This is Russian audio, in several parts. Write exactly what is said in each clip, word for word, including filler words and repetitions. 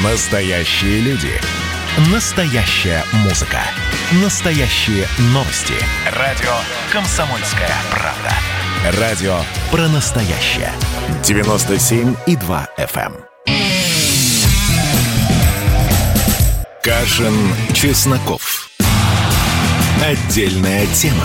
Настоящие люди. Настоящая музыка. Настоящие новости. Радио «Комсомольская правда». Радио про настоящее. девяносто семь и два эф эм. Кашин, Чесноков. Отдельная тема.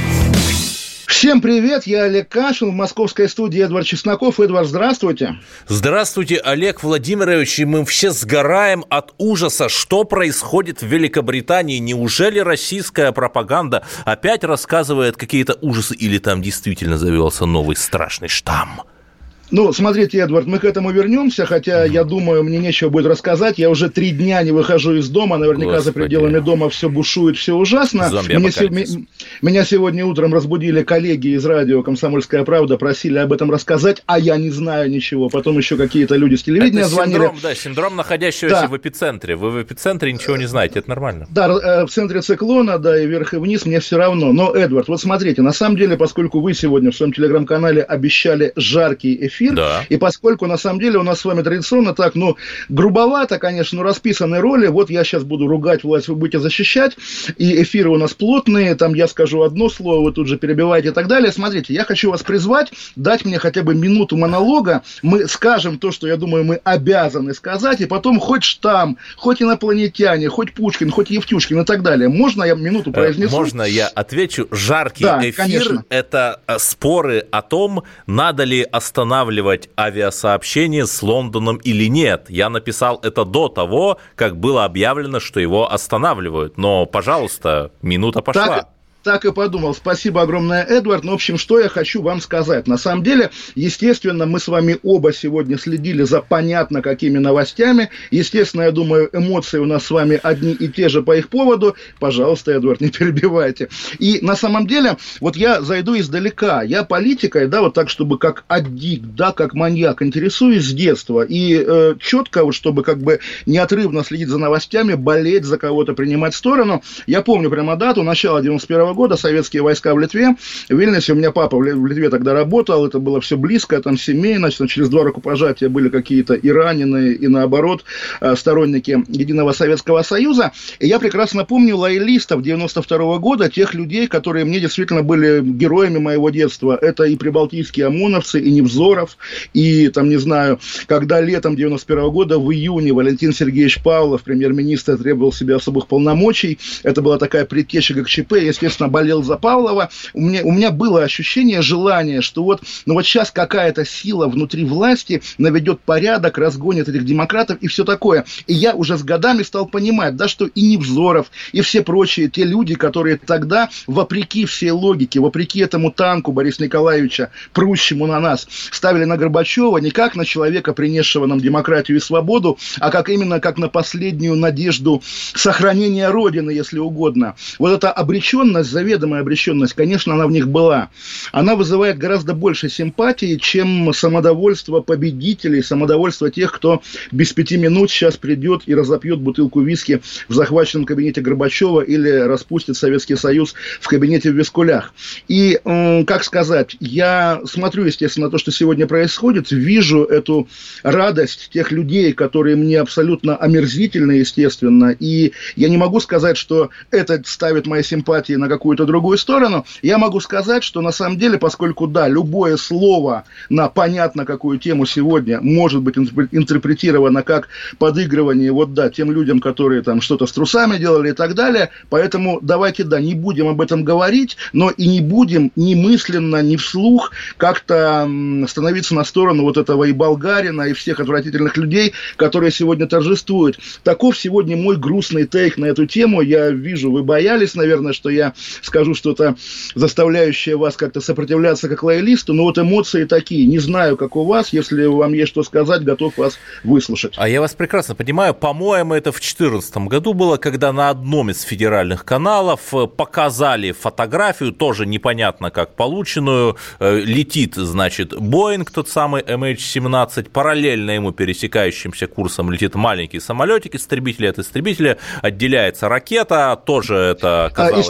Всем привет, я Олег Кашин, в московской студии Эдвард Чесноков. Эдвард, здравствуйте. Здравствуйте, Олег Владимирович, и мы все сгораем от ужаса, что происходит в Великобритании. Неужели российская пропаганда опять рассказывает какие-то ужасы, или там действительно завелся новый страшный штамм? Ну, смотрите, Эдвард, мы к этому вернемся, хотя, я думаю, мне нечего будет рассказать. Я уже три дня не выхожу из дома, наверняка Господи. За пределами дома все бушует, все ужасно. Меня, се... Меня сегодня утром разбудили коллеги из радио «Комсомольская правда», просили об этом рассказать, а я не знаю ничего. Потом еще какие-то люди с телевидения это звонили. Синдром, да, синдром находящегося да. в эпицентре. Вы в эпицентре ничего не знаете, это нормально. Да, в центре циклона, да, и вверх и вниз, мне все равно. Но, Эдвард, вот смотрите, на самом деле, поскольку вы сегодня в своем телеграм-канале обещали жаркий эфир, Да. и поскольку, на самом деле, у нас с вами традиционно так, ну, грубовато, конечно, но расписаны роли, вот я сейчас буду ругать власть, вы будете защищать, и эфиры у нас плотные, там я скажу одно слово, вы тут же перебиваете и так далее. Смотрите, я хочу вас призвать, дать мне хотя бы минуту монолога, мы скажем то, что, я думаю, мы обязаны сказать, и потом хоть штамм, хоть инопланетяне, хоть Пушкин, хоть Евтюшкин и так далее. Можно я минуту произнесу? Можно я отвечу? Жаркий да, эфир конечно. – это споры о том, надо ли останавливать авиасообщение с Лондоном или нет. Я написал это до того, как было объявлено, что его останавливают. Но, пожалуйста, минута пошла. Так... Так и подумал. Спасибо огромное, Эдвард. Ну, в общем, что я хочу вам сказать. На самом деле, естественно, мы с вами оба сегодня следили за понятно какими новостями. Естественно, я думаю, эмоции у нас с вами одни и те же по их поводу. Пожалуйста, Эдвард, не перебивайте. И на самом деле, вот я зайду издалека. Я политикой, да, вот так, чтобы как аддикт, да, как маньяк, интересуюсь с детства. И э, четко, вот, чтобы как бы неотрывно следить за новостями, болеть за кого-то, принимать сторону. Я помню прямо дату, начало девяносто первого года, советские войска в Литве. В Вильнюсе у меня папа в Литве тогда работал, это было все близко, там семейно, через два рукопожатия были какие-то и раненые, и наоборот, сторонники Единого Советского Союза. И я прекрасно помню лоялистов девяносто второго года, тех людей, которые мне действительно были героями моего детства. Это и прибалтийские ОМОНовцы, и Невзоров, и, там, не знаю, когда летом девяносто первого года, в июне, Валентин Сергеевич Павлов, премьер-министр, требовал себе особых полномочий. Это была такая предтеча ГКЧП, естественно, болел за Павлова, у меня, у меня было ощущение, желание, что вот, ну вот сейчас какая-то сила внутри власти наведет порядок, разгонит этих демократов и все такое. И я уже с годами стал понимать, да, что и Невзоров, и все прочие, те люди, которые тогда, вопреки всей логике, вопреки этому танку Бориса Николаевича, прущему на нас, ставили на Горбачева не как на человека, принесшего нам демократию и свободу, а как именно как на последнюю надежду сохранения Родины, если угодно. Вот эта обреченность, заведомая обреченность, конечно, она в них была. Она вызывает гораздо больше симпатии, чем самодовольство победителей, самодовольство тех, кто без пяти минут сейчас придет и разопьет бутылку виски в захваченном кабинете Горбачева или распустит Советский Союз в кабинете в Вискулях. И, как сказать, я смотрю, естественно, на то, что сегодня происходит, вижу эту радость тех людей, которые мне абсолютно омерзительны, естественно, и я не могу сказать, что это ставит мои симпатии на какую-то другую сторону. Я могу сказать, что на самом деле, поскольку, да, любое слово на понятно какую тему сегодня может быть интерпретировано как подыгрывание, вот, да, тем людям, которые там что-то с трусами делали и так далее, поэтому давайте, да, не будем об этом говорить, но и не будем ни мысленно, ни вслух как-то становиться на сторону вот этого и Болгарина, и всех отвратительных людей, которые сегодня торжествуют. Таков сегодня мой грустный тейк на эту тему. Я вижу, вы боялись, наверное, что я скажу что-то, заставляющее вас как-то сопротивляться как лоялисту, но вот эмоции такие. Не знаю, как у вас. Если вам есть что сказать, готов вас выслушать. А я вас прекрасно понимаю. По-моему, это в две тысячи четырнадцатом году было, когда на одном из федеральных каналов показали фотографию, тоже непонятно как полученную. Летит, значит, Боинг, тот самый эм эйч семнадцать, параллельно ему пересекающимся курсом летит маленький самолетик, истребитель от истребителя, отделяется ракета, тоже это оказалось... Истребитель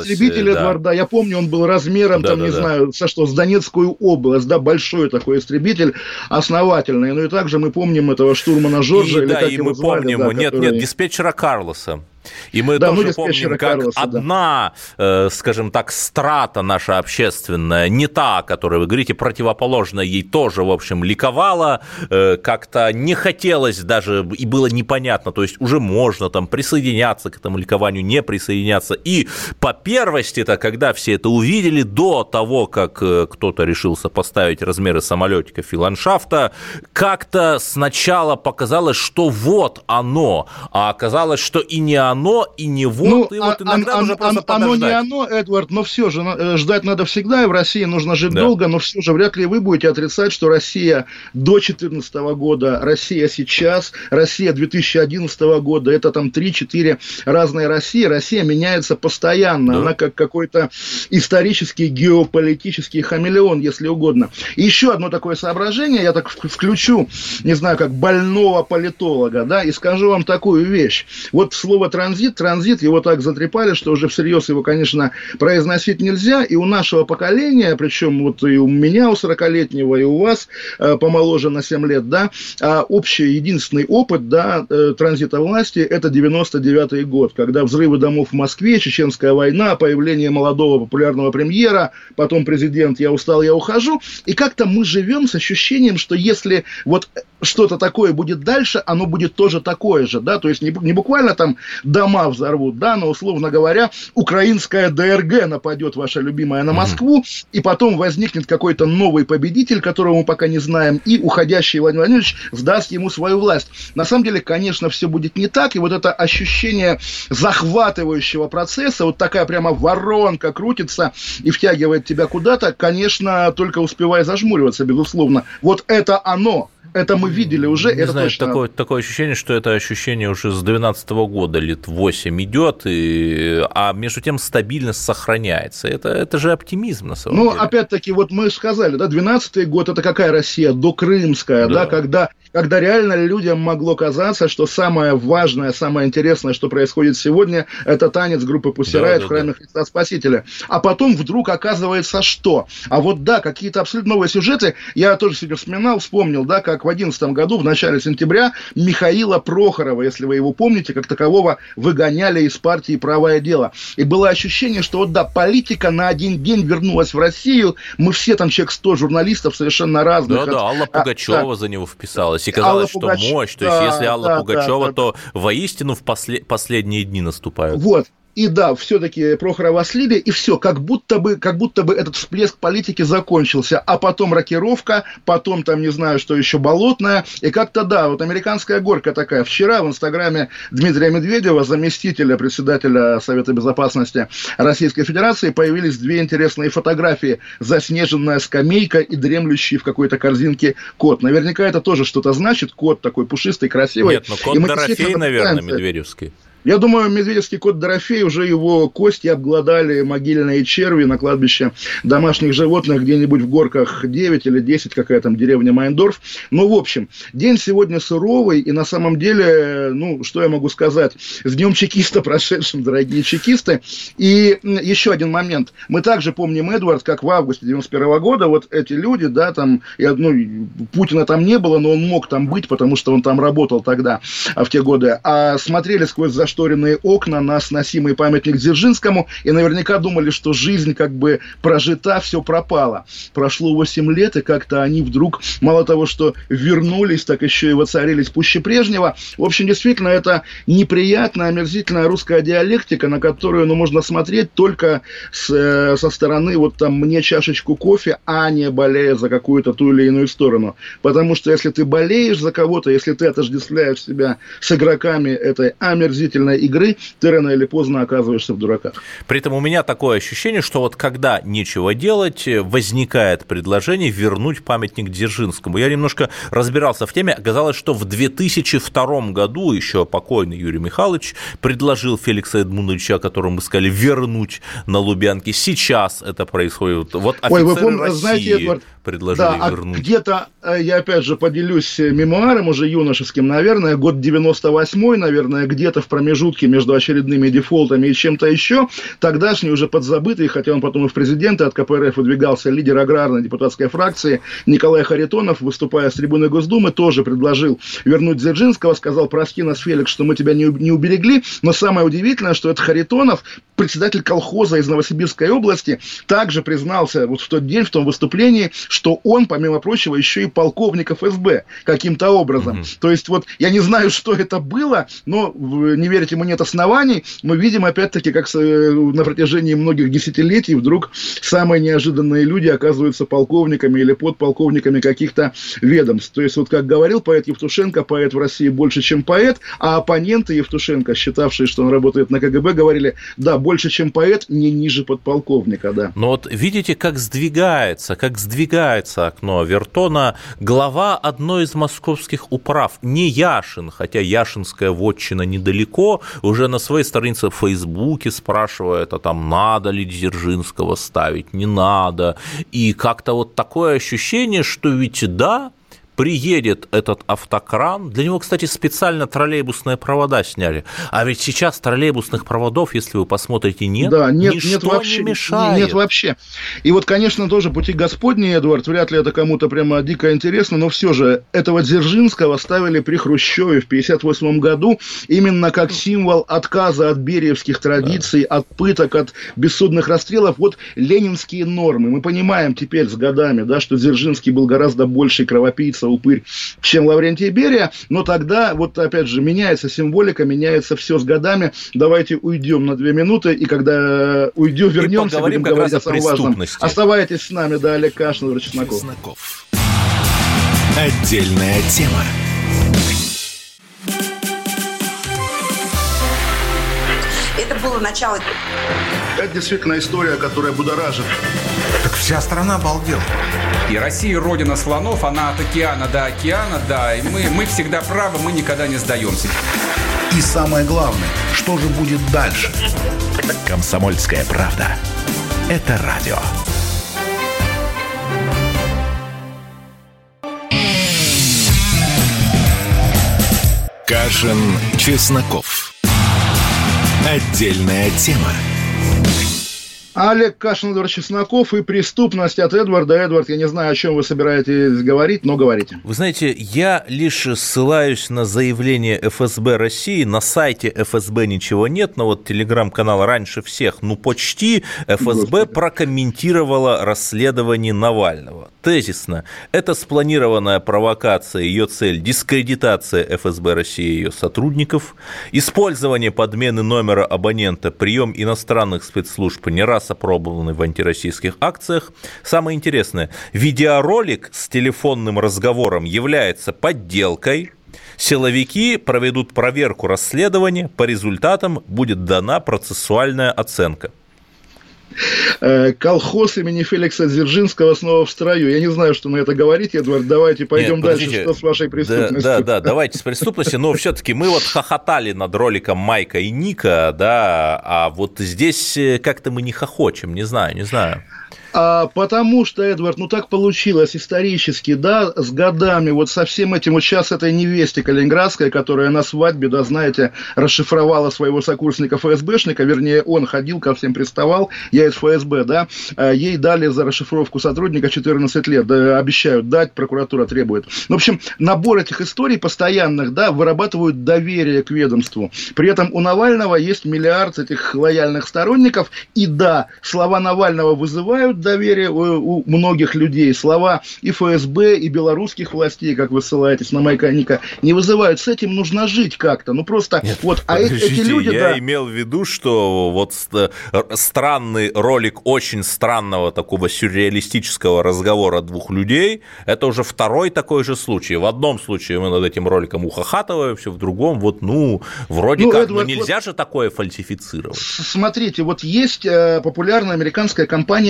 истребитель, да. Эдвард, да, я помню, он был размером, да, там, да, не да. знаю, со что, с Донецкую область, да, большой такой истребитель, основательный. Ну и также мы помним этого штурмана Жоржа, и, или да, как и его мы звали, помним, да, нет, который... нет, диспетчера Карлоса. И мы да, тоже ну, помним, как Карлоса, одна, да. э, скажем так, страта наша общественная, не та, о которой вы говорите, противоположная ей тоже, в общем, ликовала, э, как-то не хотелось даже, и было непонятно, то есть уже можно там присоединяться к этому ликованию, не присоединяться. И по первости-то, когда все это увидели, до того, как кто-то решился поставить размеры самолетиков и ландшафта, как-то сначала показалось, что вот оно, а оказалось, что и не оно, оно и не вот, ну, и вот иногда а, нужно а, просто а, подождать. Оно не оно, Эдвард, но все же ждать надо всегда, и в России нужно жить да. долго, но все же вряд ли вы будете отрицать, что Россия до две тысячи четырнадцатого года, Россия сейчас, Россия две тысячи одиннадцатого года, это там три-четыре разные России, Россия меняется постоянно, да. она как какой-то исторический геополитический хамелеон, если угодно. И еще одно такое соображение, я так включу, не знаю, как больного политолога, да, и скажу вам такую вещь. Вот слово транзит, транзит, его так затрепали, что уже всерьез его, конечно, произносить нельзя, и у нашего поколения, причем вот и у меня, у сорокалетнего, и у вас, э, помоложе на семь лет, да, э, общий, единственный опыт, да, э, транзита власти, это девяносто девятый год, когда взрывы домов в Москве, Чеченская война, появление молодого популярного премьера, потом президент «я устал, я ухожу», и как-то мы живем с ощущением, что если вот что-то такое будет дальше, оно будет тоже такое же, да, то есть не, не буквально там дома взорвут, да, но, условно говоря, украинская ДРГ нападет, ваша любимая, на Москву, mm-hmm. и потом возникнет какой-то новый победитель, которого мы пока не знаем, и уходящий Владимир Владимирович сдаст ему свою власть. На самом деле, конечно, все будет не так, и вот это ощущение захватывающего процесса, вот такая прямо воронка крутится и втягивает тебя куда-то, конечно, только успевай зажмуриваться, безусловно. Вот это оно. Это мы видели уже, не это знаю, точно. Такое, такое ощущение, что это ощущение уже с две тысячи двенадцатого года, лет восемь идет, и, а между тем стабильность сохраняется. Это, это же оптимизм, на самом ну, деле. Ну, опять-таки, вот мы сказали, да, двенадцатый год, это какая Россия? Докрымская, да, да когда, когда реально людям могло казаться, что самое важное, самое интересное, что происходит сегодня, это танец группы Pussy Riot да, да, в храме да. Христа Спасителя. А потом вдруг оказывается, что? А вот да, какие-то абсолютно новые сюжеты, я тоже сегодня вспоминал, вспомнил, да, как в две тысячи одиннадцатом году, в начале сентября, Михаила Прохорова, если вы его помните, как такового выгоняли из партии «Правое дело». И было ощущение, что вот да, политика на один день вернулась в Россию, мы все там, человек сто журналистов совершенно разных. Да-да, Алла Пугачева а, да. за него вписалась, и казалось, Алла что Пугач... мощь, то есть да, если Алла да, Пугачева, да, да, то да. воистину в после... последние дни наступают. Вот. И да, все-таки Прохорова слили, и все, как будто бы, как будто бы этот всплеск политики закончился, а потом рокировка, потом там, не знаю, что еще, Болотная, и как-то да, вот американская горка такая. Вчера в инстаграме Дмитрия Медведева, заместителя председателя Совета Безопасности Российской Федерации, появились две интересные фотографии: заснеженная скамейка и дремлющий в какой-то корзинке кот. Наверняка это тоже что-то значит, кот такой пушистый, красивый. Нет, ну кот Дорофей, наверное, медведевский. Я думаю, медведевский кот Дорофей, уже его кости обглодали могильные черви на кладбище домашних животных где-нибудь в горках девять или десять, какая там деревня Майндорф. Ну, в общем, день сегодня суровый, и на самом деле, ну, что я могу сказать, с днем чекиста прошедшим, дорогие чекисты. И еще один момент. Мы также помним, Эдвард, как в августе девяносто первого года вот эти люди, да, там, и, ну, Путина там не было, но он мог там быть, потому что он там работал тогда, в те годы, а смотрели сквозь зашторенные окна на сносимый памятник Дзержинскому и наверняка думали, что жизнь как бы прожита, все пропало. Прошло восемь лет, и как-то они вдруг, мало того, что вернулись, так еще и воцарились пуще прежнего. В общем, действительно, это неприятная, омерзительная русская диалектика, на которую, ну, можно смотреть только с, э, со стороны вот там «мне чашечку кофе», а не болея за какую-то ту или иную сторону. Потому что если ты болеешь за кого-то, если ты отождествляешь себя с игроками этой омерзительной игры, ты рано или поздно оказываешься в дураках. При этом у меня такое ощущение, что вот когда нечего делать, возникает предложение вернуть памятник Дзержинскому. Я немножко разбирался в теме, оказалось, что в две тысячи втором году еще покойный Юрий Михайлович предложил Феликса Эдмундовича, о котором мы сказали, вернуть на Лубянке. Сейчас это происходит. Вот Ой, вы помните, знаете, Эдвард, предложили да, вернуть. А где-то, я опять же поделюсь мемуаром уже юношеским, наверное, год девяносто восьмой, наверное, где-то в промежутке между очередными дефолтами и чем-то еще, тогдашний уже подзабытый, хотя он потом и в президенты от ка пэ эр эф выдвигался, лидер аграрной депутатской фракции Николай Харитонов, выступая с трибуны Госдумы, тоже предложил вернуть Дзержинского, сказал: прости нас, Феликс, что мы тебя не, не уберегли, но самое удивительное, что это Харитонов, председатель колхоза из Новосибирской области, также признался вот в тот день, в том выступлении, что он, помимо прочего, еще и полковник эф эс бэ каким-то образом. Mm-hmm. То есть вот я не знаю, что это было, но не верить ему нет оснований. Мы видим, опять-таки, как на протяжении многих десятилетий вдруг самые неожиданные люди оказываются полковниками или подполковниками каких-то ведомств. То есть вот как говорил поэт Евтушенко, поэт в России больше, чем поэт, а оппоненты Евтушенко, считавшие, что он работает на ка гэ бэ, говорили: да, больше, чем поэт, не ниже подполковника, да. Но вот видите, как сдвигается, как сдвигается окно Вертона. Глава одной из московских управ, не Яшин, хотя яшинская вотчина недалеко, уже на своей странице в Фейсбуке спрашивает, а там надо ли Дзержинского ставить, не надо. И как-то вот такое ощущение, что ведь да, приедет этот автокран, для него, кстати, специально троллейбусные провода сняли, а ведь сейчас троллейбусных проводов, если вы посмотрите, нет, да, нет, ничто нет вообще, не мешает. Нет вообще. И вот, конечно, тоже пути Господни, Эдуард, вряд ли это кому-то прямо дико интересно, но все же этого Дзержинского ставили при Хрущеве в пятьдесят восьмом году именно как символ отказа от бериевских традиций, да. от пыток, от бессудных расстрелов. Вот ленинские нормы. Мы понимаем теперь с годами, да, что Дзержинский был гораздо больший кровопийца, упырь, чем Лаврентий Берия, но тогда, вот опять же, меняется символика, меняется все с годами. Давайте уйдем на две минуты, и когда уйдем, вернемся, будем говорить о самом важном. Оставайтесь с нами, да, Олег Кашин, Эдвард Чесноков. Чесноков. Отдельная тема. Это было начало. Это действительно история, которая будоражит. Так вся страна обалдела. И Россия родина слонов, она от океана до океана, да, и мы, мы всегда правы, мы никогда не сдаемся. И самое главное, что же будет дальше? Комсомольская правда. Это радио. Кашин, Чесноков. Отдельная тема. Олег Кашин, Эдвард Чесноков и преступность от Эдварда. Эдвард, я не знаю, о чем вы собираетесь говорить, но говорите. Вы знаете, я лишь ссылаюсь на заявление эф эс бэ России. На сайте эф эс бэ ничего нет, но вот телеграм-канал раньше всех, ну почти, эф эс бэ Господи. прокомментировала расследование Навального. Тезисно. Это спланированная провокация, ее цель – дискредитация эф эс бэ России и ее сотрудников, использование подмены номера абонента, прием иностранных спецслужб не раз опробованный в антироссийских акциях. Самое интересное, видеоролик с телефонным разговором является подделкой. Силовики проведут проверку расследования, по результатам будет дана процессуальная оценка. Колхоз имени Феликса Дзержинского снова в строю. Я не знаю, что на это говорить, Эдвард. Давайте пойдем Нет, дальше. Что с вашей преступностью? Да, да, да, давайте с преступностью. Но все-таки мы вот хохотали над роликом Майка и Ника, да, а вот здесь как-то мы не хохочем, не знаю, не знаю. А потому что, Эдвард, ну так получилось исторически, да, с годами, вот со всем этим, вот сейчас этой невесте калининградской, которая на свадьбе, да, знаете, расшифровала своего сокурсника эф эс бэшника, вернее, он ходил, ко всем приставал, я из эф эс бэ, да, ей дали за расшифровку сотрудника четырнадцать лет, да, обещают дать, прокуратура требует. Ну, в общем, набор этих историй постоянных, да, вырабатывают доверие к ведомству. При этом у Навального есть миллиард этих лояльных сторонников, и да, слова Навального вызывают доверие у, у многих людей. Слова и эф эс бэ, и белорусских властей, как вы ссылаетесь на Майка Ника, не вызывают. С этим нужно жить как-то. Ну просто Нет, вот, а эти, эти люди... Я да... имел в виду, что вот странный ролик очень странного такого сюрреалистического разговора двух людей, это уже второй такой же случай. В одном случае мы над этим роликом ухахатываем, все в другом, вот, ну, вроде ну, как, но нельзя вот... же такое фальсифицировать. Смотрите, вот есть э, популярная американская компания Apple,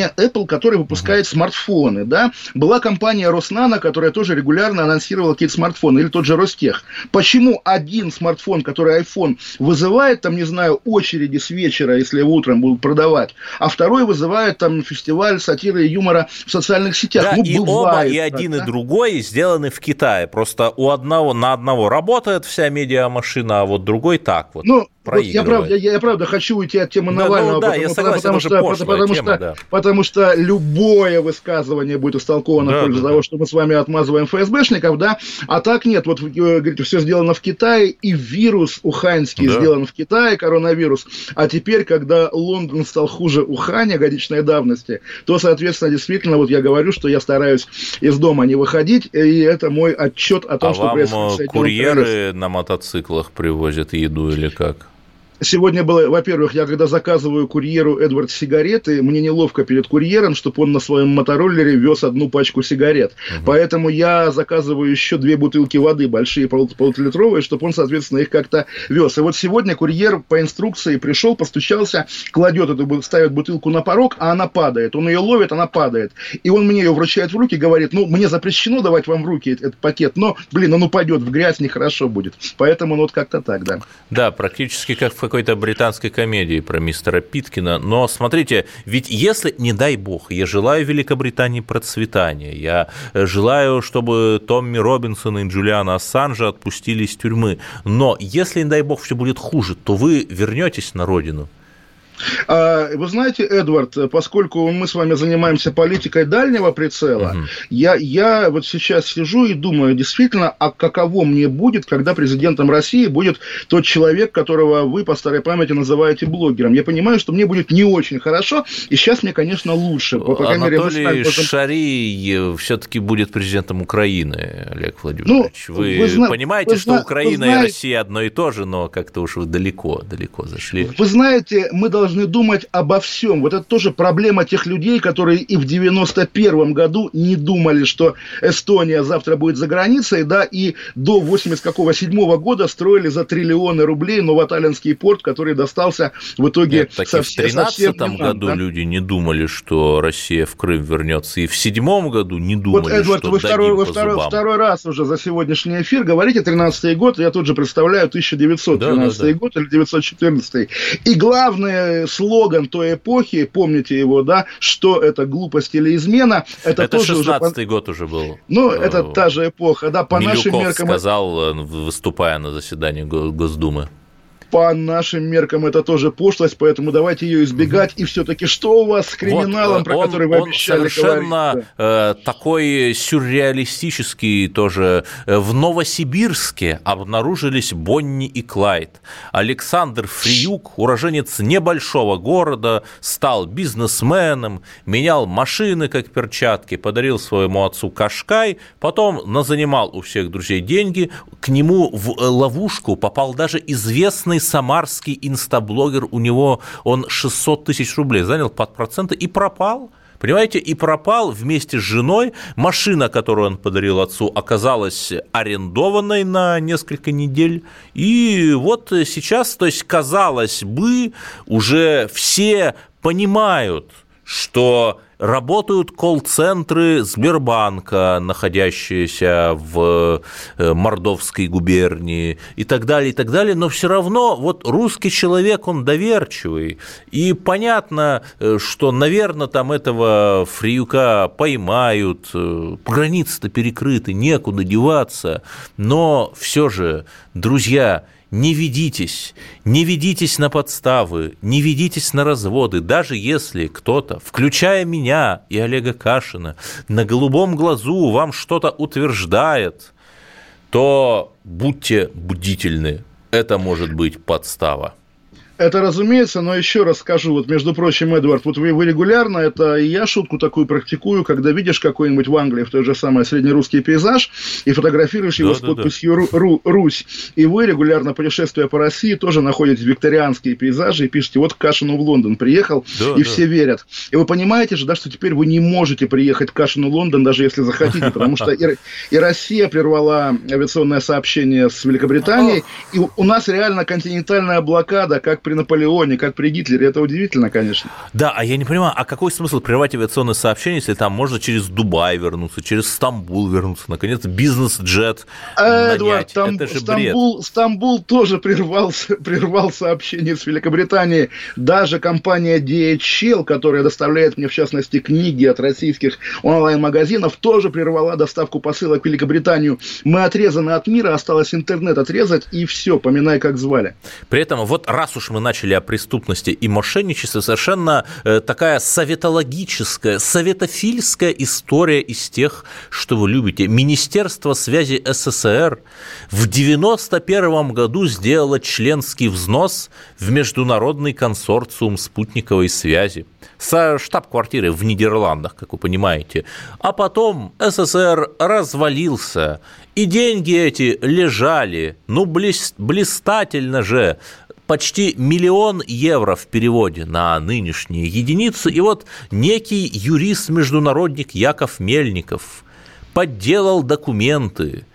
Apple, который выпускает uh-huh. смартфоны, да, была компания Роснано, которая тоже регулярно анонсировала какие-то смартфоны, или тот же Ростех. Почему один смартфон, который iPhone, вызывает, там, не знаю, очереди с вечера, если его утром будут продавать, а второй вызывает, там, фестиваль сатиры и юмора в социальных сетях? Да, ну, и бывает, оба, и так, один, да? и другой сделаны в Китае. Просто у одного на одного работает вся медиамашина, а вот другой так вот. Ну, вот я, правда, я, я правда хочу уйти от темы да, Навального, ну, да, потому, я согласен, потому, это что, пошлая потому, тема, что, да. потому что любое высказывание будет истолковано да, в пользу да, того, да. что мы с вами отмазываем ФСБшников, да, а так нет, вот, говорите, все сделано в Китае, и вирус уханьский да. сделан в Китае, коронавирус, а теперь, когда Лондон стал хуже Уханя годичной давности, то, соответственно, действительно, вот я говорю, что я стараюсь из дома не выходить, и это мой отчет о том, а что происходит. А вам курьеры на мотоциклах привозят еду или как? Сегодня было, во-первых, я когда заказываю курьеру Эдвард сигареты, мне неловко перед курьером, чтобы он на своем мотороллере вез одну пачку сигарет. Uh-huh. Поэтому я заказываю еще две бутылки воды, большие полуторалитровые, чтобы он, соответственно, их как-то вез. И вот сегодня курьер по инструкции пришел, постучался, кладет эту, ставит бутылку на порог, а она падает. Он ее ловит, она падает. И он мне ее вручает в руки, говорит, ну, мне запрещено давать вам в руки этот пакет, но, блин, он упадет в грязь, нехорошо будет. Поэтому, ну, вот как-то так, да. Да, практически как в какой-то британской комедии про мистера Питкина. Но смотрите, ведь если, не дай бог, я желаю Великобритании процветания, я желаю, чтобы Томми Робинсона и Джулиана Ассанжа отпустили из тюрьмы, но если, не дай бог, все будет хуже, то вы вернетесь на родину? Вы знаете, Эдвард, поскольку мы с вами занимаемся политикой дальнего прицела, угу. я, я вот сейчас сижу и думаю, действительно, а каково мне будет, когда президентом России будет тот человек, которого вы по старой памяти называете блогером. Я понимаю, что мне будет не очень хорошо, и сейчас мне, конечно, лучше. По, по Анатолий мере, можем... Шарий все-таки будет президентом Украины, Олег Владимирович. Ну, вы, вы понимаете, вы что зна... Украина знаете... и Россия одно и то же, но как-то уж вы далеко, далеко зашли. Вы знаете, мы должны должны думать обо всем. Вот это тоже проблема тех людей, которые и в девяносто первом году не думали, что Эстония завтра будет за границей, да, и до восемьдесят седьмого года строили за триллионы рублей Новоталлинский порт, который достался в итоге Нет, так совсем, и в тринадцатом году да? люди не думали, что Россия в Крым вернется, и в седьмом году не думали, вот, Эдвард, что вы дадим второй, вы по второй, зубам. второй раз уже за сегодняшний эфир говорите тринадцатый год, я тут же представляю тысяча девятьсот тринадцатый да, да, да. год или девятьсот четырнадцатый. И главный слоган той эпохи, помните его, да, что это глупость или измена, это, это тоже шестнадцатый уже... год уже был. Ну, это та же эпоха, да, по Милюков нашим меркам... сказал, выступая на заседании Госдумы. По нашим меркам это тоже пошлость, поэтому давайте ее избегать. Угу. И все-таки что у вас с криминалом, вот, про он, который вы обещали говорить? Он совершенно э, такой сюрреалистический тоже. В Новосибирске обнаружились Бонни и Клайд. Александр Фриюк, уроженец небольшого города, стал бизнесменом, менял машины как перчатки, подарил своему отцу Кашкай, потом назанимал у всех друзей деньги, к нему в ловушку попал даже известный самарский инстаблогер, у него он шестьсот тысяч рублей занял под проценты и пропал. Понимаете, и пропал вместе с женой. Машина, которую он подарил отцу, оказалась арендованной на несколько недель. И вот сейчас, то есть, казалось бы, уже все понимают, что работают колл-центры Сбербанка, находящиеся в Мордовской губернии, и так далее, и так далее, но все равно вот русский человек, он доверчивый, и понятно, что, наверное, там этого Фриюка поймают, границы-то перекрыты, некуда деваться, но все же, друзья, не ведитесь, не ведитесь на подставы, не ведитесь на разводы, даже если кто-то, включая меня и Олега Кашина, на голубом глазу вам что-то утверждает, то будьте бдительны, это может быть подстава. Это разумеется, но еще раз скажу, вот между прочим, Эдвард, вот вы, вы регулярно, это и я шутку такую практикую, когда видишь какой-нибудь в Англии в той же самой среднерусский пейзаж и фотографируешь его да, с да, подписью да. Ру, Русь, и вы регулярно, путешествуя по России, тоже находите викторианские пейзажи и пишете, вот Кашину в Лондон приехал, да, и да. все верят. И вы понимаете же, да, что теперь вы не можете приехать к Кашину в Лондон, даже если захотите, потому что и, и Россия прервала авиационное сообщение с Великобританией, и у нас реально континентальная блокада, как при Наполеоне, как при Гитлере. Это удивительно, конечно. Да, а я не понимаю, а какой смысл прерывать авиационные сообщения, если там можно через Дубай вернуться, через Стамбул вернуться, наконец, бизнес-джет нанять? Эдуард, там, это же Стамбул, бред. Стамбул тоже прервал, прервал сообщение с Великобританией. Даже компания ди эйч эл, которая доставляет мне, в частности, книги от российских онлайн-магазинов, тоже прервала доставку посылок в Великобританию. Мы отрезаны от мира, осталось интернет отрезать, и все, поминай, как звали. При этом, вот раз уж мы начали о преступности и мошенничестве, совершенно э, такая советологическая, советофильская история из тех, что вы любите. Министерство связи эс эс эс эр в девяносто первом году сделало членский взнос в международный консорциум спутниковой связи со штаб-квартирой в Нидерландах, как вы понимаете. А потом эс эс эс эр развалился, и деньги эти лежали, ну, блистательно же, почти миллион евро в переводе на нынешние единицы. И вот некий юрист-международник Яков Мельников подделал документы,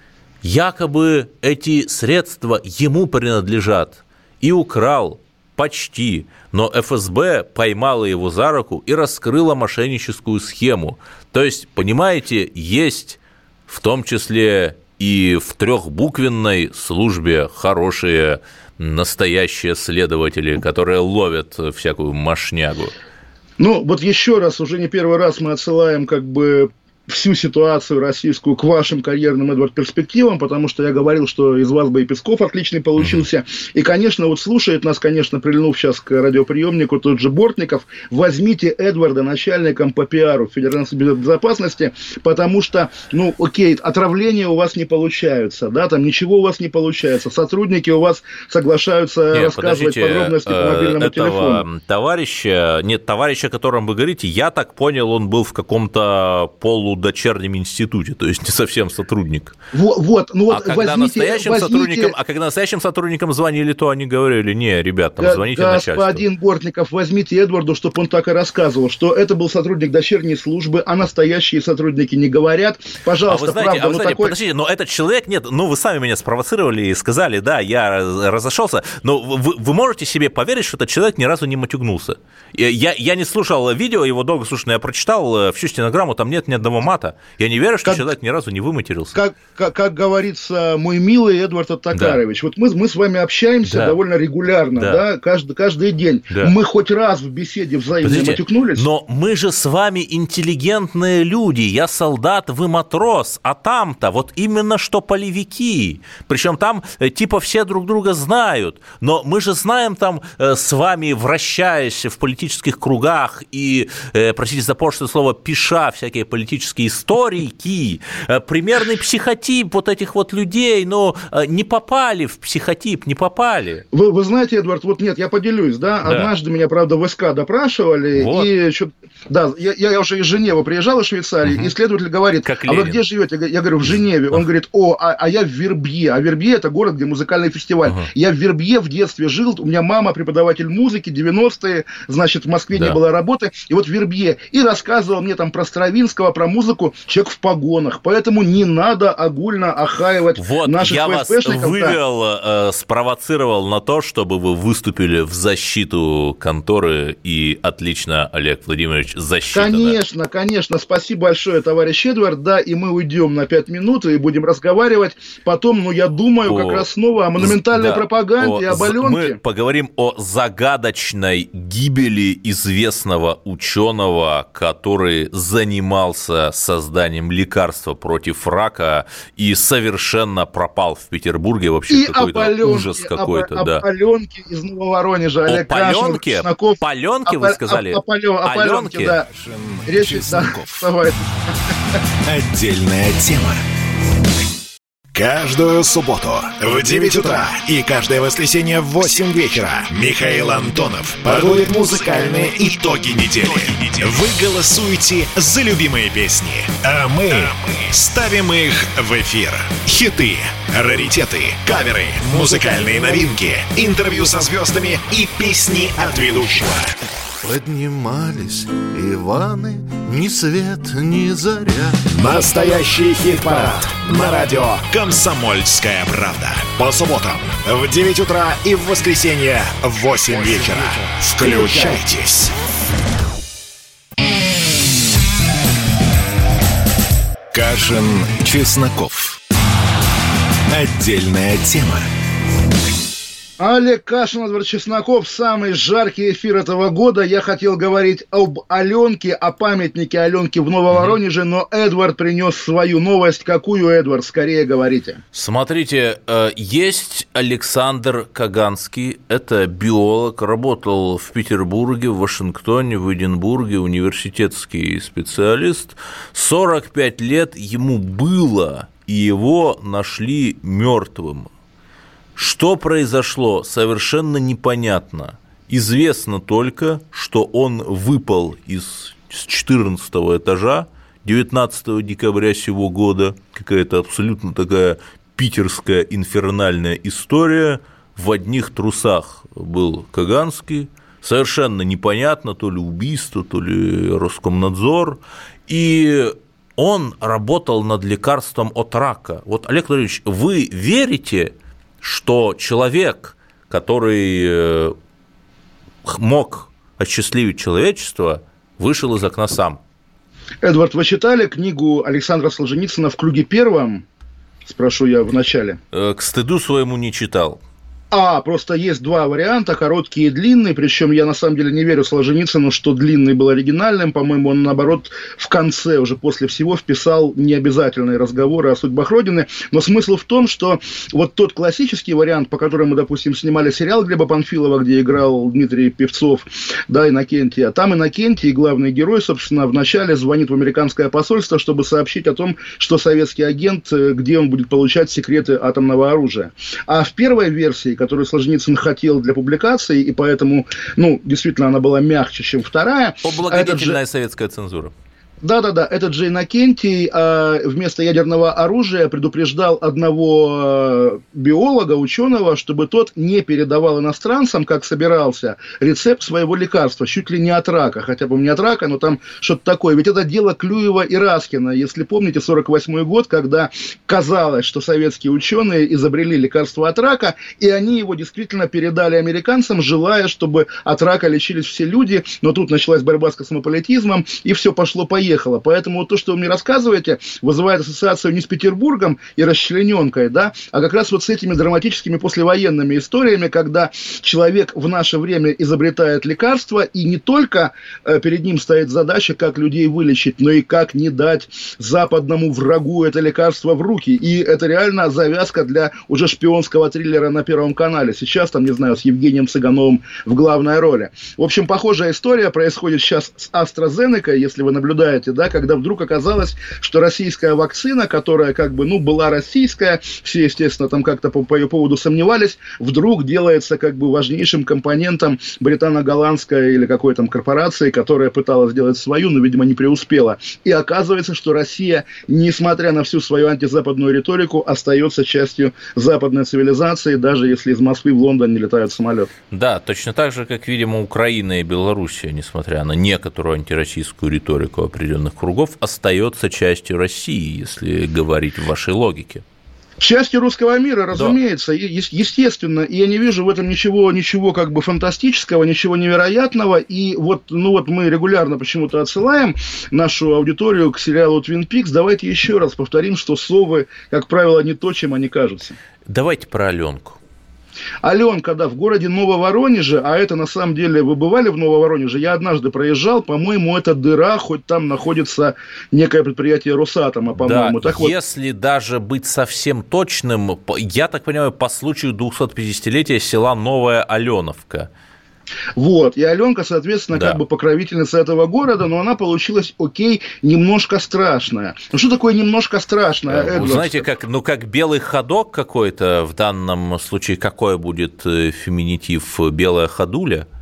якобы эти средства ему принадлежат, и украл почти, но эф эс бэ поймала его за руку и раскрыла мошенническую схему. То есть, понимаете, есть в том числе и в трехбуквенной службе хорошие настоящие следователи, которые ловят всякую мошнягу. Ну, вот еще раз, уже не первый раз мы отсылаем как бы всю ситуацию российскую к вашим карьерным, Эдвард, перспективам, потому что я говорил, что из вас бы и Песков отличный получился. Mm-hmm. И, конечно, вот слушает нас, конечно, прильнув сейчас к радиоприемнику тот же Бортников. Возьмите Эдварда начальником по пиару Федеральной безопасности, потому что, ну, окей, отравления у вас не получаются, да, там ничего у вас не получается. Сотрудники у вас соглашаются нет, рассказывать подробности по мобильному этого телефону. Товарища, нет, товарища, о котором вы говорите, я так понял, он был в каком-то полу дочернем институте, то есть не совсем сотрудник. Вот, вот, ну вот а, когда возьмите, настоящим возьмите... сотрудникам, а когда настоящим сотрудникам звонили, то они говорили: не, ребят, там звоните начальству. Господин Бортников, возьмите Эдварду, чтобы он так и рассказывал, что это был сотрудник дочерней службы, а настоящие сотрудники не говорят. Пожалуйста, а вы знаете, правда, а вы ну знаете, такой... подождите, но этот человек, нет, ну вы сами меня спровоцировали и сказали, да, я разошелся, но вы, вы можете себе поверить, что этот человек ни разу не матюгнулся? Я, я не слушал видео, его долго слушал, но я прочитал всю стенограмму, там нет ни одного мата. Я не верю, что как, человек ни разу не выматерился. Как, как, как говорится, мой милый Эдвард Оттакарович, да. вот мы, мы с вами общаемся да. довольно регулярно, да. Да, каждый, каждый день. Да. Мы хоть раз в беседе взаимно Подождите, матюкнулись. Но мы же с вами интеллигентные люди. Я солдат, вы матрос, а там-то вот именно что полевики. Причем там типа все друг друга знают. Но мы же знаем там с вами, вращаясь в политических кругах и, простите за пошлое слово, пиша всякие политические истории, историки, примерный психотип вот этих вот людей, но не попали в психотип, не попали. Вы, вы знаете, Эдвард, вот нет, я поделюсь, да, да. однажды меня, правда, в СК допрашивали, вот. и что, да, я, я уже из Женевы приезжал, из Швейцарии, угу. и следователь говорит, как а вы где живете? Я говорю, в Женеве. Он говорит, о, а, а я в Вербье, а Вербье это город, где музыкальный фестиваль. Угу. Я в Вербье в детстве жил, у меня мама преподаватель музыки, девяностые, значит, в Москве да. не было работы, и вот в Вербье, и рассказывал мне там про Стравинского, про музыку, человек в погонах, поэтому не надо огульно охаивать вот, наших я вас вывел, да. э, спровоцировал на то, чтобы вы выступили в защиту конторы, и отлично, Олег Владимирович, защита. Конечно, да. конечно, спасибо большое, товарищ Эдвард, да, и мы уйдем на пять минут и будем разговаривать потом, ну, я думаю, о, как раз снова о монументальной да, пропаганде, о, об Аленке. Мы поговорим о загадочной гибели известного ученого, который занимался созданием лекарства против рака и совершенно пропал в Петербурге. Вообще и какой-то Аленке, ужас какой-то. Об, да. об Аленке из Нововоронежа. О Паленке? Паленке вы сказали? О, о, о, о Паленке, да. Речь да, давай. Отдельная тема. Каждую субботу в девять утра и каждое воскресенье в восемь вечера Михаил Антонов подводит музыкальные итоги недели. Вы голосуете за любимые песни, а мы ставим их в эфир. Хиты, раритеты, каверы, музыкальные новинки, интервью со звездами и песни от ведущего. Поднимались Иваны ни свет, ни заря. Настоящий хит-парад на радио «Комсомольская правда». По субботам в девять утра и в воскресенье в восемь вечера. Включайтесь. Кашин, Чесноков. Отдельная тема. Олег Кашин, Эдвард Чесноков. Самый жаркий эфир этого года. Я хотел говорить об Аленке, о памятнике Аленке в Нововоронеже, но Эдвард принес свою новость. Какую, Эдвард? Скорее говорите. Смотрите, есть Александр Каганский, это биолог, работал в Петербурге, в Вашингтоне, в Эдинбурге, университетский специалист. сорок пять лет ему было, и его нашли мертвым. Что произошло, совершенно непонятно. Известно только, что он выпал из четырнадцатого этажа девятнадцатого декабря сего года. Какая-то абсолютно такая питерская инфернальная история. В одних трусах был Каганский. Совершенно непонятно, то ли убийство, то ли Роскомнадзор. И он работал над лекарством от рака. Вот, Олег Владимирович, вы верите, что человек, который мог осчастливить человечество, вышел из окна сам? Эдвард, вы читали книгу Александра Солженицына «В круге первом»? Спрошу я вначале. К стыду своему не читал. А, просто есть два варианта, короткий и длинный, причем я на самом деле не верю Солженицыну, что длинный был оригинальным, по-моему, он, наоборот, в конце, уже после всего, вписал необязательные разговоры о судьбах Родины, но смысл в том, что вот тот классический вариант, по которому, допустим, снимали сериал Глеба Панфилова, где играл Дмитрий Певцов, да, Иннокентий, там Иннокентий, главный герой, собственно, вначале звонит в американское посольство, чтобы сообщить о том, что советский агент, где он будет получать секреты атомного оружия. А в первой версии, которую Солженицын хотел для публикации, и поэтому, ну, действительно, она была мягче, чем вторая. Облагодетельная же... советская цензура. Да-да-да, этот же Иннокентий э, вместо ядерного оружия предупреждал одного э, биолога, ученого, чтобы тот не передавал иностранцам, как собирался, рецепт своего лекарства, чуть ли не от рака, хотя бы не от рака, но там что-то такое. Ведь это дело Клюева и Раскина, если помните, сорок восьмой год, когда казалось, что советские ученые изобрели лекарство от рака, и они его действительно передали американцам, желая, чтобы от рака лечились все люди, но тут началась борьба с космополитизмом, и все пошло-поехало. Поэтому вот то, что вы мне рассказываете, вызывает ассоциацию не с Петербургом и расчлененкой, да, а как раз вот с этими драматическими послевоенными историями, когда человек в наше время изобретает лекарство, и не только э, перед ним стоит задача, как людей вылечить, но и как не дать западному врагу это лекарство в руки. И это реально завязка для уже шпионского триллера на Первом канале. Сейчас, там, не знаю, с Евгением Цыгановым в главной роли. В общем, похожая история происходит сейчас с AstraZeneca, если вы наблюдаете, да, когда вдруг оказалось, что российская вакцина, которая как бы, ну, была российская, все, естественно, там как-то по, по ее поводу сомневались, вдруг делается как бы важнейшим компонентом британо-голландской или какой там корпорации, которая пыталась сделать свою, но, видимо, не преуспела. И оказывается, что Россия, несмотря на всю свою антизападную риторику, остается частью западной цивилизации, даже если из Москвы в Лондон не летают самолеты. Да, точно так же, как, видимо, Украина и Белоруссия, несмотря на некоторую антироссийскую риторику определенных кругов, остается частью России, если говорить в вашей логике. Частью русского мира, разумеется, да. е- естественно, и я не вижу в этом ничего, ничего как бы фантастического, ничего невероятного, и вот, ну вот мы регулярно почему-то отсылаем нашу аудиторию к сериалу Twin Peaks, давайте еще раз повторим, что совы, как правило, не то, чем они кажутся. Давайте про Аленку. Аленка, да, в городе Нововоронеже, а это на самом деле, вы бывали в Нововоронеже? Я однажды проезжал, по-моему, это дыра, хоть там находится некое предприятие Росатома, по-моему. Да, так вот... если даже быть совсем точным, я так понимаю, по случаю двухсотпятидесятилетия села Новая Аленовка. Вот, и Аленка, соответственно, да. как бы покровительница этого города, но она получилась, окей, немножко страшная. Ну, что такое немножко страшная, Эдвард? Вы знаете, как, ну, как белый ходок какой-то, в данном случае какой будет феминитив, белая ходуля?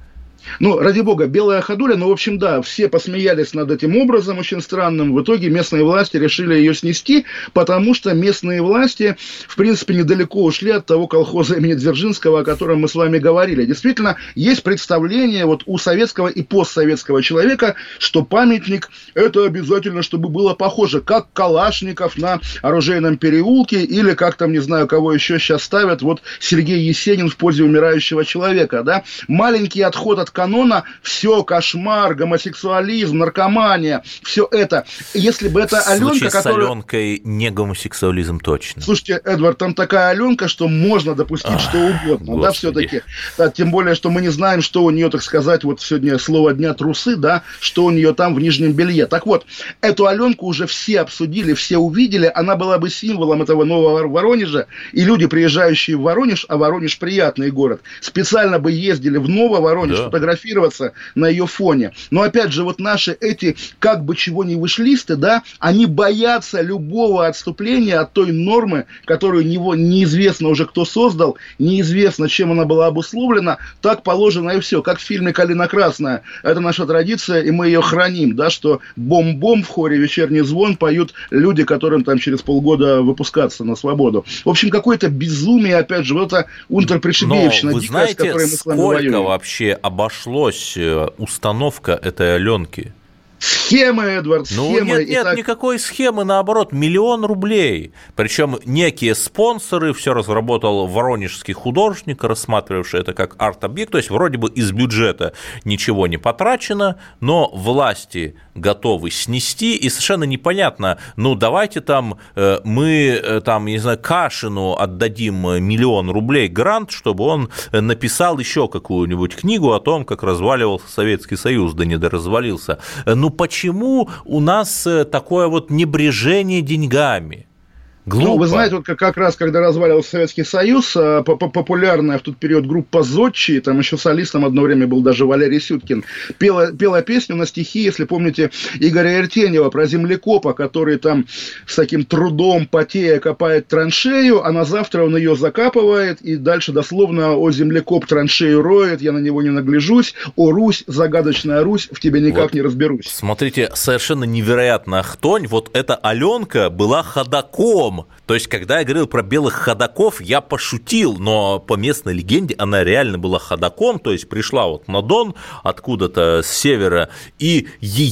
Ну, ради бога, белая ходуля, ну, в общем, да, все посмеялись над этим образом очень странным. В итоге местные власти решили ее снести, потому что местные власти, в принципе, недалеко ушли от того колхоза имени Дзержинского, о котором мы с вами говорили. Действительно, есть представление вот у советского и постсоветского человека, что памятник – это обязательно, чтобы было похоже, как Калашников на Оружейном переулке или как там, не знаю, кого еще сейчас ставят, вот Сергей Есенин в позе умирающего человека, да. Маленький отход от канона, все, кошмар, гомосексуализм, наркомания, все это. Если бы это Аленка, которая... с Аленкой не гомосексуализм точно. Слушайте, Эдвард, там такая Аленка, что можно допустить Ах, что угодно, Господи. да, все-таки. Да, тем более, что мы не знаем, что у нее, так сказать, вот сегодня слово дня трусы, да, что у нее там в нижнем белье. Так вот, эту Аленку уже все обсудили, все увидели, она была бы символом этого нового Воронежа, и люди, приезжающие в Воронеж, а Воронеж приятный город, специально бы ездили в Нововоронеж, да. фотографироваться на ее фоне. Но опять же, вот наши эти как бы чего ни вышлисты, да, они боятся любого отступления от той нормы, которую него неизвестно уже кто создал, неизвестно, чем она была обусловлена, так положено и все. Как в фильме «Калина красная». Это наша традиция, и мы ее храним, да, что бом-бом в хоре «Вечерний звон» поют люди, которым там через полгода выпускаться на свободу. В общем, какое-то безумие, опять же, вот это унтерпришибеевщина, дикая, знаете, с которой мы с вами воюем. Сколько вообще обошлось установка этой Аленки? Схемы, Эдвард, схемы. Ну, нет, нет так... никакой схемы, наоборот, миллион рублей. Причем некие спонсоры, все разработал воронежский художник, рассматривавший это как арт-объект, то есть вроде бы из бюджета ничего не потрачено, но власти готовы снести, и совершенно непонятно, ну, давайте там э, мы, э, там, не знаю, Кашину отдадим миллион рублей грант, чтобы он написал еще какую-нибудь книгу о том, как разваливался Советский Союз, да не доразвалился. Ну, почему у нас такое вот небрежение деньгами? Глупо. Ну, вы знаете, вот как, как раз, когда разваливался Советский Союз, популярная в тот период группа «Зодчие», там еще солистом одно время был даже Валерий Сюткин, пела, пела песню на стихи, если помните, Игоря Иртенева про землекопа, который там с таким трудом, потея, копает траншею, а на завтра он ее закапывает, и дальше дословно: «О, землекоп траншею роет, я на него не нагляжусь, о, Русь, загадочная Русь, в тебе никак вот, не разберусь». Смотрите, совершенно невероятная хтонь, вот эта Аленка была ходаком. То есть, когда я говорил про белых ходаков, я пошутил, но по местной легенде она реально была ходаком, то есть пришла вот на Дон откуда-то с севера, и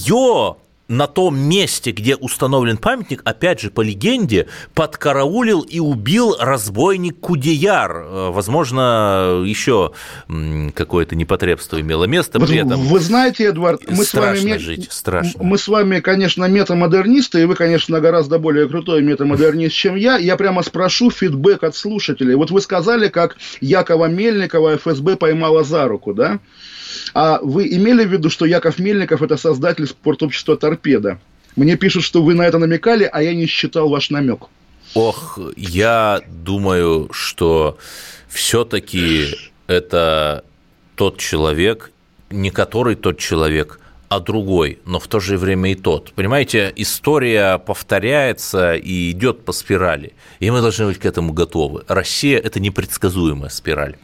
ее на том месте, где установлен памятник, опять же, по легенде, подкараулил и убил разбойник Кудеяр. Возможно, еще какое-то непотребство имело место. При этом вы знаете, Эдвард, мы с вами жить, страшно. Мы с вами, конечно, метамодернисты, и вы, конечно, гораздо более крутой метамодернист, чем я. Я прямо спрошу фидбэк от слушателей. Вот вы сказали, как Якова Мельникова эф эс бэ поймала за руку, да? А вы имели в виду, что Яков Мельников – это создатель спортобщества «Торпеда»? Мне пишут, что вы на это намекали, а я не считал ваш намек. Ох, я думаю, что все-таки это тот человек, не который тот человек, а другой, но в то же время и тот. Понимаете, история повторяется и идет по спирали, и мы должны быть к этому готовы. Россия – это непредсказуемая спираль.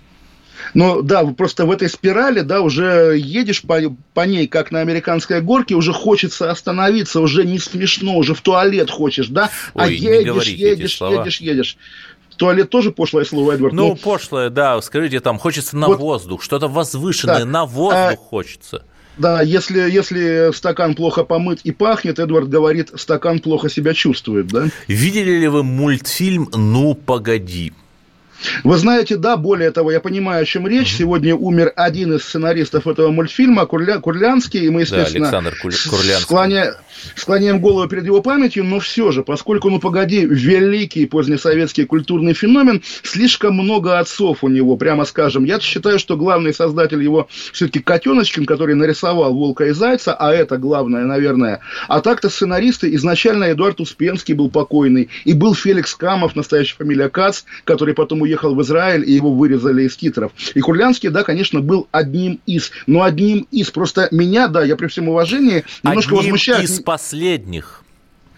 Ну, да, просто в этой спирали, да, уже едешь по, по ней, как на американской горке, уже хочется остановиться, уже не смешно, уже в туалет хочешь, да, Ой, а едешь, едешь, едешь, едешь. Туалет тоже пошлое слово, Эдвард? Ну, ну, пошлое, да, скажите, там хочется на вот, воздух, что-то возвышенное, да, на воздух а... хочется. Да, если, если стакан плохо помыт и пахнет, Эдвард говорит, стакан плохо себя чувствует, да? Видели ли вы мультфильм «Ну, погоди»? Вы знаете, да, более того, я понимаю, о чем речь. Mm-hmm. Сегодня умер один из сценаристов этого мультфильма, Курля... Курлянский, и мы, естественно, да, Александр Курлянский. Склоня... склоняем голову перед его памятью, но все же, поскольку, ну, погоди, великий позднесоветский культурный феномен, слишком много отцов у него, прямо скажем. Я считаю, что главный создатель его все-таки Котеночкин, который нарисовал «Волка и Зайца», а это главное, наверное. А так-то сценаристы, изначально Эдуард Успенский был покойный, и был Феликс Камов, настоящая фамилия Кац, который потом уехал в Израиль, и его вырезали из титров. И Курлянский, да, конечно, был одним из, но одним из. Просто меня, да, я при всем уважении немножко одним возмущаю. Одним из последних.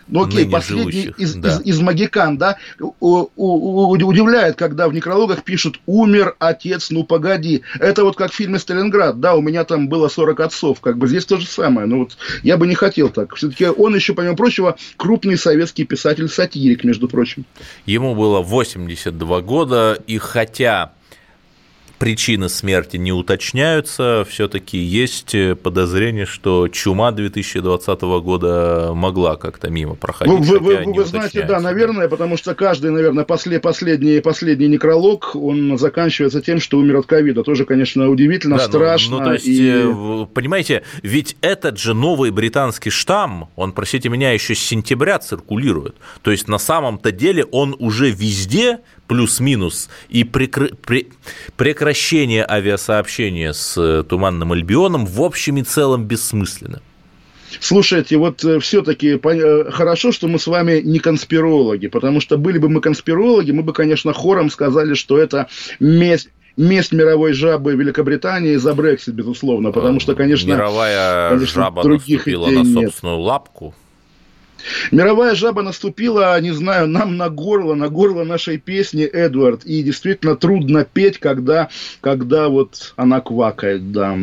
Ну окей, последний из, да. из, из магикан, да, у, у, удивляет, когда в некрологах пишут «умер отец, ну погоди». Это вот как в фильме «Сталинград», да, у меня там было сорок отцов, как бы здесь то же самое. Но вот я бы не хотел так. Все-таки он еще, помимо прочего, крупный советский писатель-сатирик, между прочим. Ему было восемьдесят два года, и хотя причины смерти не уточняются, все-таки есть подозрение, что чума две тысячи двадцатого года могла как-то мимо проходить. Вы, вы, вы, вы знаете, да, наверное, потому что каждый, наверное, после, последний, последний некролог, он заканчивается тем, что умер от ковида. Тоже, конечно, удивительно, да, страшно. Ну, ну, то есть, и... понимаете, ведь этот же новый британский штамм, он, простите меня, еще с сентября циркулирует. То есть, на самом-то деле он уже везде плюс-минус, и прекр... пре... прекращение авиасообщения с Туманным Альбионом в общем и целом бессмысленно. Слушайте, вот все-таки хорошо, что мы с вами не конспирологи, потому что были бы мы конспирологи, мы бы, конечно, хором сказали, что это месть. Месть мировой жабы Великобритании за Брексит, безусловно, потому что, конечно... Мировая конечно, жаба наступила на собственную нет. лапку. Мировая жаба наступила, не знаю, нам на горло, на горло нашей песни, Эдвард, и действительно трудно петь, когда, когда вот она квакает, да.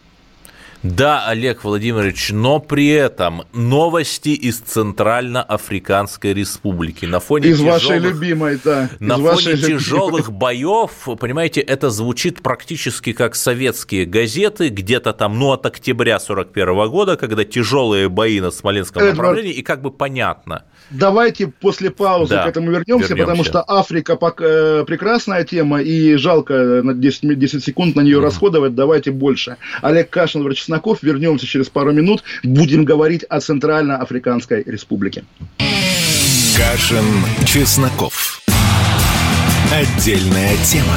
Да, Олег Владимирович, но при этом новости из Центральноафриканской Республики. На фоне из тяжелых, вашей любимой, да. На фоне тяжелых любимой. боев, понимаете, это звучит практически как советские газеты, где-то там, ну, от октября сорок первого года, когда тяжелые бои на Смоленском Эдвард, направлении, и как бы понятно. Давайте после паузы да, к этому вернемся, вернемся, потому что Африка пока, прекрасная тема, и жалко на десять, десять секунд на нее mm-hmm. расходовать, давайте больше. Олег Кашин, Эдвард Чесноков, вернемся через пару минут, будем говорить о Центральноафриканской Республике. Кашин, Чесноков. Отдельная тема.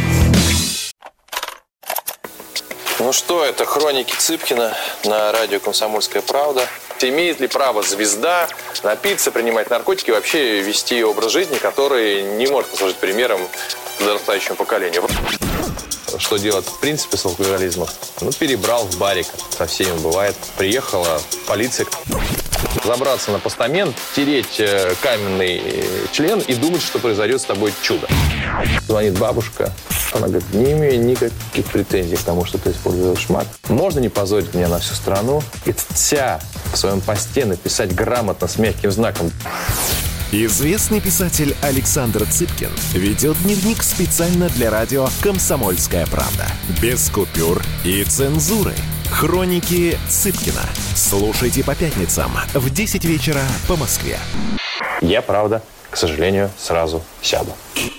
Ну что, это хроники Цыпкина на радио «Комсомольская правда». Имеет ли право звезда напиться, принимать наркотики и вообще вести образ жизни, который не может послужить примером подрастающему поколению? Что делать в принципе с алкоголизмом? Ну, перебрал в барик, со всеми бывает. Приехала полиция. Забраться на постамент, тереть каменный член и думать, что произойдет с тобой чудо. Звонит бабушка. Она говорит, не имею никаких претензий к тому, что ты используешь мат. Можно не позорить меня на всю страну и вся в своем посте написать грамотно с мягким знаком. Известный писатель Александр Цыпкин ведет дневник специально для радио «Комсомольская правда». Без купюр и цензуры. Хроники Цыпкина. Слушайте по пятницам в десять вечера по Москве. Я, правда, к сожалению, сразу сяду.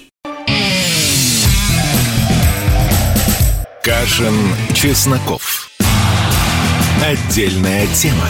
Кашин, Чесноков. Отдельная тема.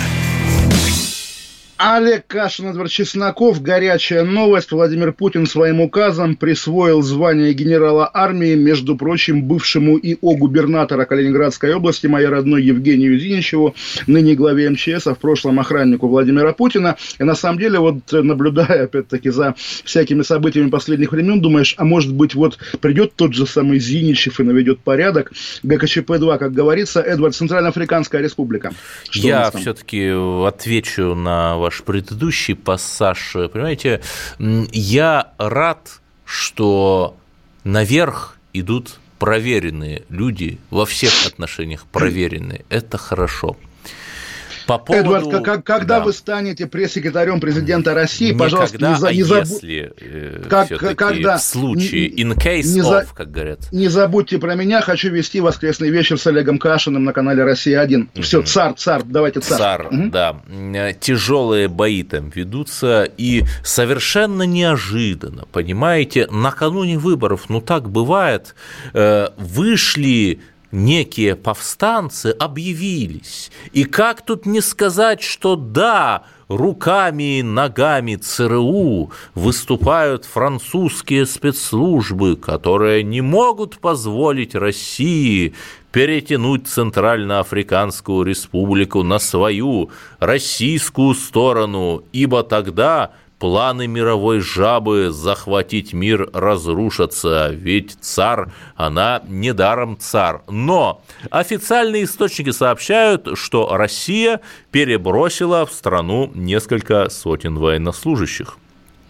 Олег Кашин, Эдвард Чесноков. Горячая новость. Владимир Путин своим указом присвоил звание генерала армии, между прочим, бывшему ИО губернатора Калининградской области, моей родной Евгению Зиничеву, ныне главе эм че эс, а в прошлом охраннику Владимира Путина. И на самом деле, вот наблюдая, опять-таки, за всякими событиями последних времен, думаешь, а может быть, вот придет тот же самый Зиничев и наведет порядок. гэ ка че пэ два, как говорится. Эдвард, Центральноафриканская Республика. Что Я все-таки отвечу на ваш предыдущий пассаж. Понимаете, я рад, что наверх идут проверенные люди, во всех отношениях проверенные. Это хорошо. По поводу... Эдвард, как, когда да. вы станете пресс-секретарем президента России, не пожалуйста, когда, не, за, не а забудьте. Если, э, как, когда, в случае, in case не of, за, как говорят. Не забудьте про меня, хочу вести воскресный вечер с Олегом Кашиным на канале «Россия один». Угу. Все, царь, царь, давайте царь. Царь, угу. да. Тяжелые бои там ведутся, и совершенно неожиданно, понимаете, накануне выборов, ну так бывает, э, вышли... некие повстанцы объявились. И как тут не сказать, что да, руками и ногами цэ эр у выступают французские спецслужбы, которые не могут позволить России перетянуть Центральноафриканскую Республику на свою российскую сторону, ибо тогда планы мировой жабы захватить мир разрушатся, ведь цар, она недаром цар. Но официальные источники сообщают, что Россия перебросила в страну несколько сотен военнослужащих.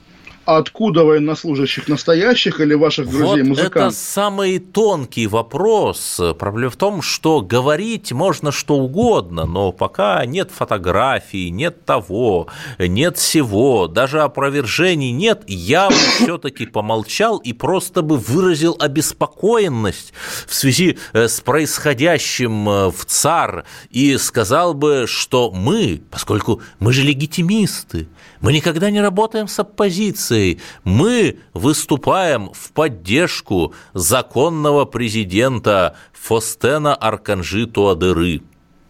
Откуда военнослужащих, настоящих или ваших друзей-музыкантов? Вот это самый тонкий вопрос. Проблема в том, что говорить можно что угодно, но пока нет фотографий, нет того, нет всего, даже опровержений нет, я бы все-таки помолчал и просто бы выразил обеспокоенность в связи с происходящим в ЦАР и сказал бы, что мы, поскольку мы же легитимисты, мы никогда не работаем с оппозицией, мы выступаем в поддержку законного президента Фостена Арканджи Туадеры.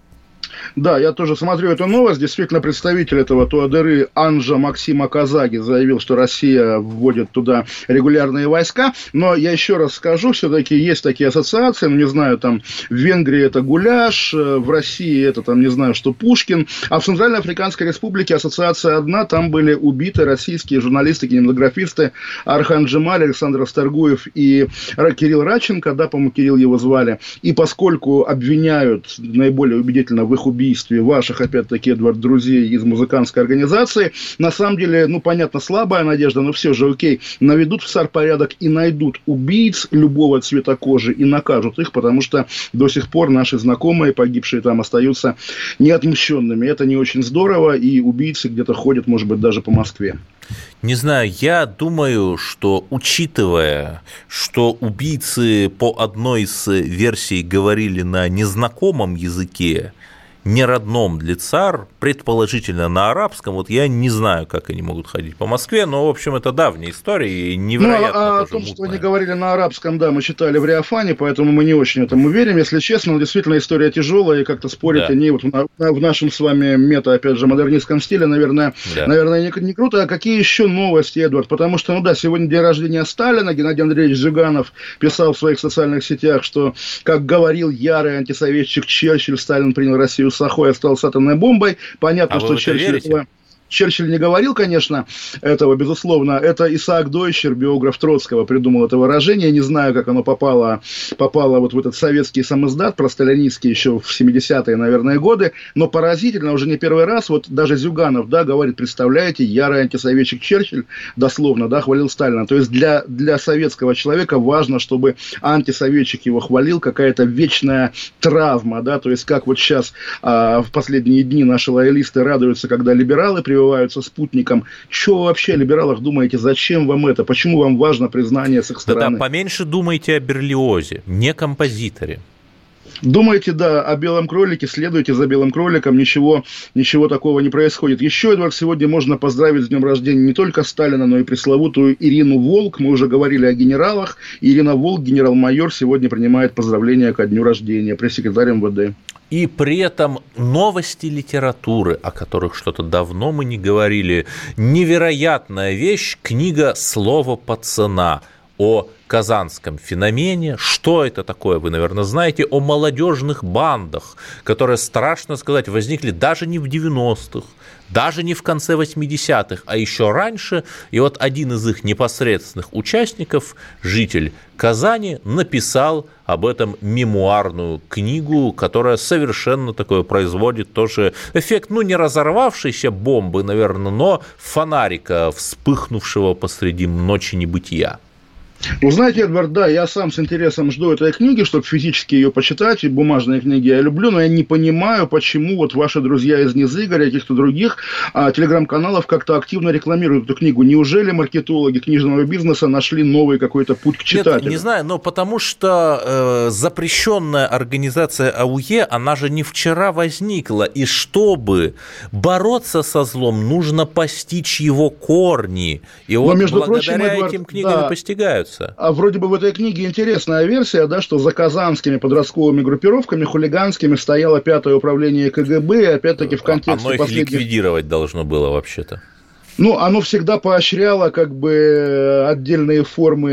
Да, я тоже смотрю эту новость. Действительно, представитель этого Туадеры Анжа Максим Аказаги заявил, что Россия вводит туда регулярные войска. Но я еще раз скажу, все-таки есть такие ассоциации. Ну, не знаю, там в Венгрии это гуляш, в России это, там, не знаю, что Пушкин. А в Центральной Африканской Республике ассоциация одна. Там были убиты российские журналисты, кинематографисты Архан Джемаль, Александр Асторгуев и Кирилл Радченко. Да, по-моему, Кирилл его звали. И поскольку обвиняют наиболее убедительно в их убийстве ваших, опять-таки, Эдвард, друзей из музыкантской организации, на самом деле, ну, понятно, слабая надежда, но все же окей, наведут в ЦАР порядок и найдут убийц любого цвета кожи и накажут их, потому что до сих пор наши знакомые, погибшие там, остаются неотмщенными. Это не очень здорово, и убийцы где-то ходят, может быть, даже по Москве. Не знаю, я думаю, что, учитывая, что убийцы по одной из версий говорили на незнакомом языке, не родном для ЦАР, предположительно на арабском, вот я не знаю, как они могут ходить по Москве, но, в общем, это давняя история и невероятно. Ну, а о том, мутная. Что они говорили на арабском, да, мы читали в Реофане, поэтому мы не очень этому верим, если честно, но действительно история тяжелая, и как-то спорить да. о ней вот в, в нашем с вами мета, опять же, модернистском стиле, наверное, да. наверное не, не круто. А какие еще новости, Эдвард? Потому что, ну да, сегодня день рождения Сталина, Геннадий Андреевич Зюганов писал в своих социальных сетях, что, как говорил ярый антисоветчик Черчилль, Сталин принял Россию с охой, остался атомной бомбой. Понятно, а что Черчилль этого... Черчилль не говорил, конечно, этого, безусловно. Это Исаак Дойчер, биограф Троцкого, придумал это выражение. Не знаю, как оно попало, попало вот в этот советский самиздат, просталинистский еще в семидесятые, наверное, годы. Но поразительно, уже не первый раз, вот даже Зюганов, да, говорит, представляете, ярый антисоветчик Черчилль, дословно, да, хвалил Сталина. То есть для, для советского человека важно, чтобы антисоветчик его хвалил, какая-то вечная травма, да, то есть как вот сейчас а, в последние дни наши лоялисты радуются, когда либералы прививаются спутником. Что вы вообще о либералах думаете? Зачем вам это? Почему вам важно признание с их стороны? Да-да, поменьше думайте о Берлиозе, не композиторе. Думаете, да, о белом кролике, следуйте за белым кроликом, ничего, ничего такого не происходит. Еще, Эдвард, сегодня можно поздравить с днем рождения не только Сталина, но и пресловутую Ирину Волк. Мы уже говорили о генералах. Ирина Волк, генерал-майор, сегодня принимает поздравления ко дню рождения, пресс-секретарь эм вэ дэ. И при этом новости литературы, о которых что-то давно мы не говорили, невероятная вещь, книга «Слово пацана» о казанском феномене. Что это такое, вы, наверное, знаете, о молодежных бандах, которые, страшно сказать, возникли даже не в девяностых, даже не в конце восьмидесятых, а еще раньше. И вот один из их непосредственных участников, житель Казани, написал об этом мемуарную книгу, которая совершенно такое производит тоже эффект, ну, не разорвавшейся бомбы, наверное, но фонарика, вспыхнувшего посреди ночи небытия. Вы знаете, Эдвард, да, я сам с интересом жду этой книги, чтобы физически ее почитать, и бумажные книги я люблю, но я не понимаю, почему вот ваши друзья из Низыгоря, каких-то других а, телеграм-каналов как-то активно рекламируют эту книгу. Неужели маркетологи книжного бизнеса нашли новый какой-то путь к читателю? Нет, не знаю, но потому что э, запрещенная организация АУЕ, она же не вчера возникла, и чтобы бороться со злом, нужно постичь его корни, и вот благодаря прочим, Эдвард, этим книгам да. и постигаются. А вроде бы в этой книге интересная версия, да, что за казанскими подростковыми группировками хулиганскими стояло пятое управление ка гэ бэ, и опять-таки в контексте оно их последних... ликвидировать должно было вообще-то. Ну, оно всегда поощряло как бы отдельные формы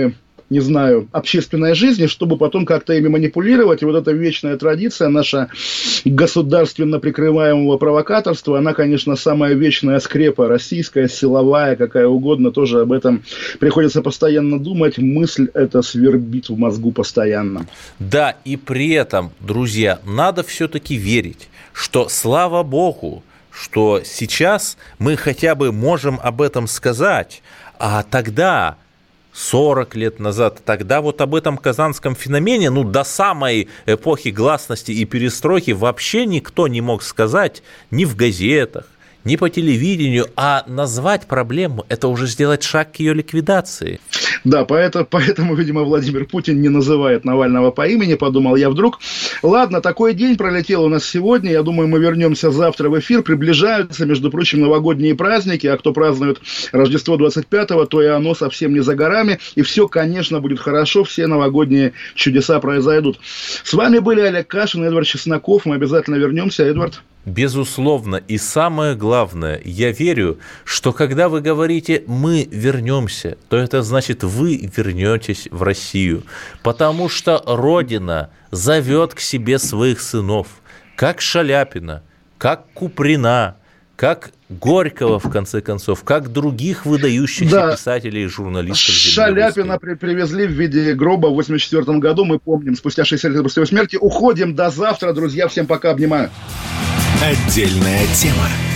не знаю, общественной жизни, чтобы потом как-то ими манипулировать. И вот эта вечная традиция наша государственно прикрываемого провокаторства, она, конечно, самая вечная скрепа, российская, силовая, какая угодно, тоже об этом приходится постоянно думать. Мысль эта свербит в мозгу постоянно. Да, и при этом, друзья, надо все-таки верить, что, слава богу, что сейчас мы хотя бы можем об этом сказать, а тогда, сорок лет назад, тогда вот об этом казанском феномене, ну, до самой эпохи гласности и перестройки вообще никто не мог сказать ни в газетах, ни по телевидению, а назвать проблему – это уже сделать шаг к ее ликвидации. Да, поэтому, поэтому, видимо, Владимир Путин не называет Навального по имени, подумал я вдруг. Ладно, такой день пролетел у нас сегодня, я думаю, мы вернемся завтра в эфир. Приближаются, между прочим, новогодние праздники, а кто празднует Рождество двадцать пятого, то и оно совсем не за горами, и все, конечно, будет хорошо, все новогодние чудеса произойдут. С вами были Олег Кашин и Эдвард Чесноков, мы обязательно вернемся, Эдвард. Безусловно, и самое главное, я верю, что когда вы говорите «мы вернемся», то это значит вы вернетесь в Россию, потому что Родина зовет к себе своих сынов, как Шаляпина, как Куприна, как Горького, в конце концов, как других выдающихся да. писателей и журналистов. Шаляпина при- привезли в виде гроба в восемьдесят четвёртом году, мы помним, спустя шестьдесят лет после его смерти. Уходим до завтра, друзья, всем пока, обнимаю. Отдельная тема.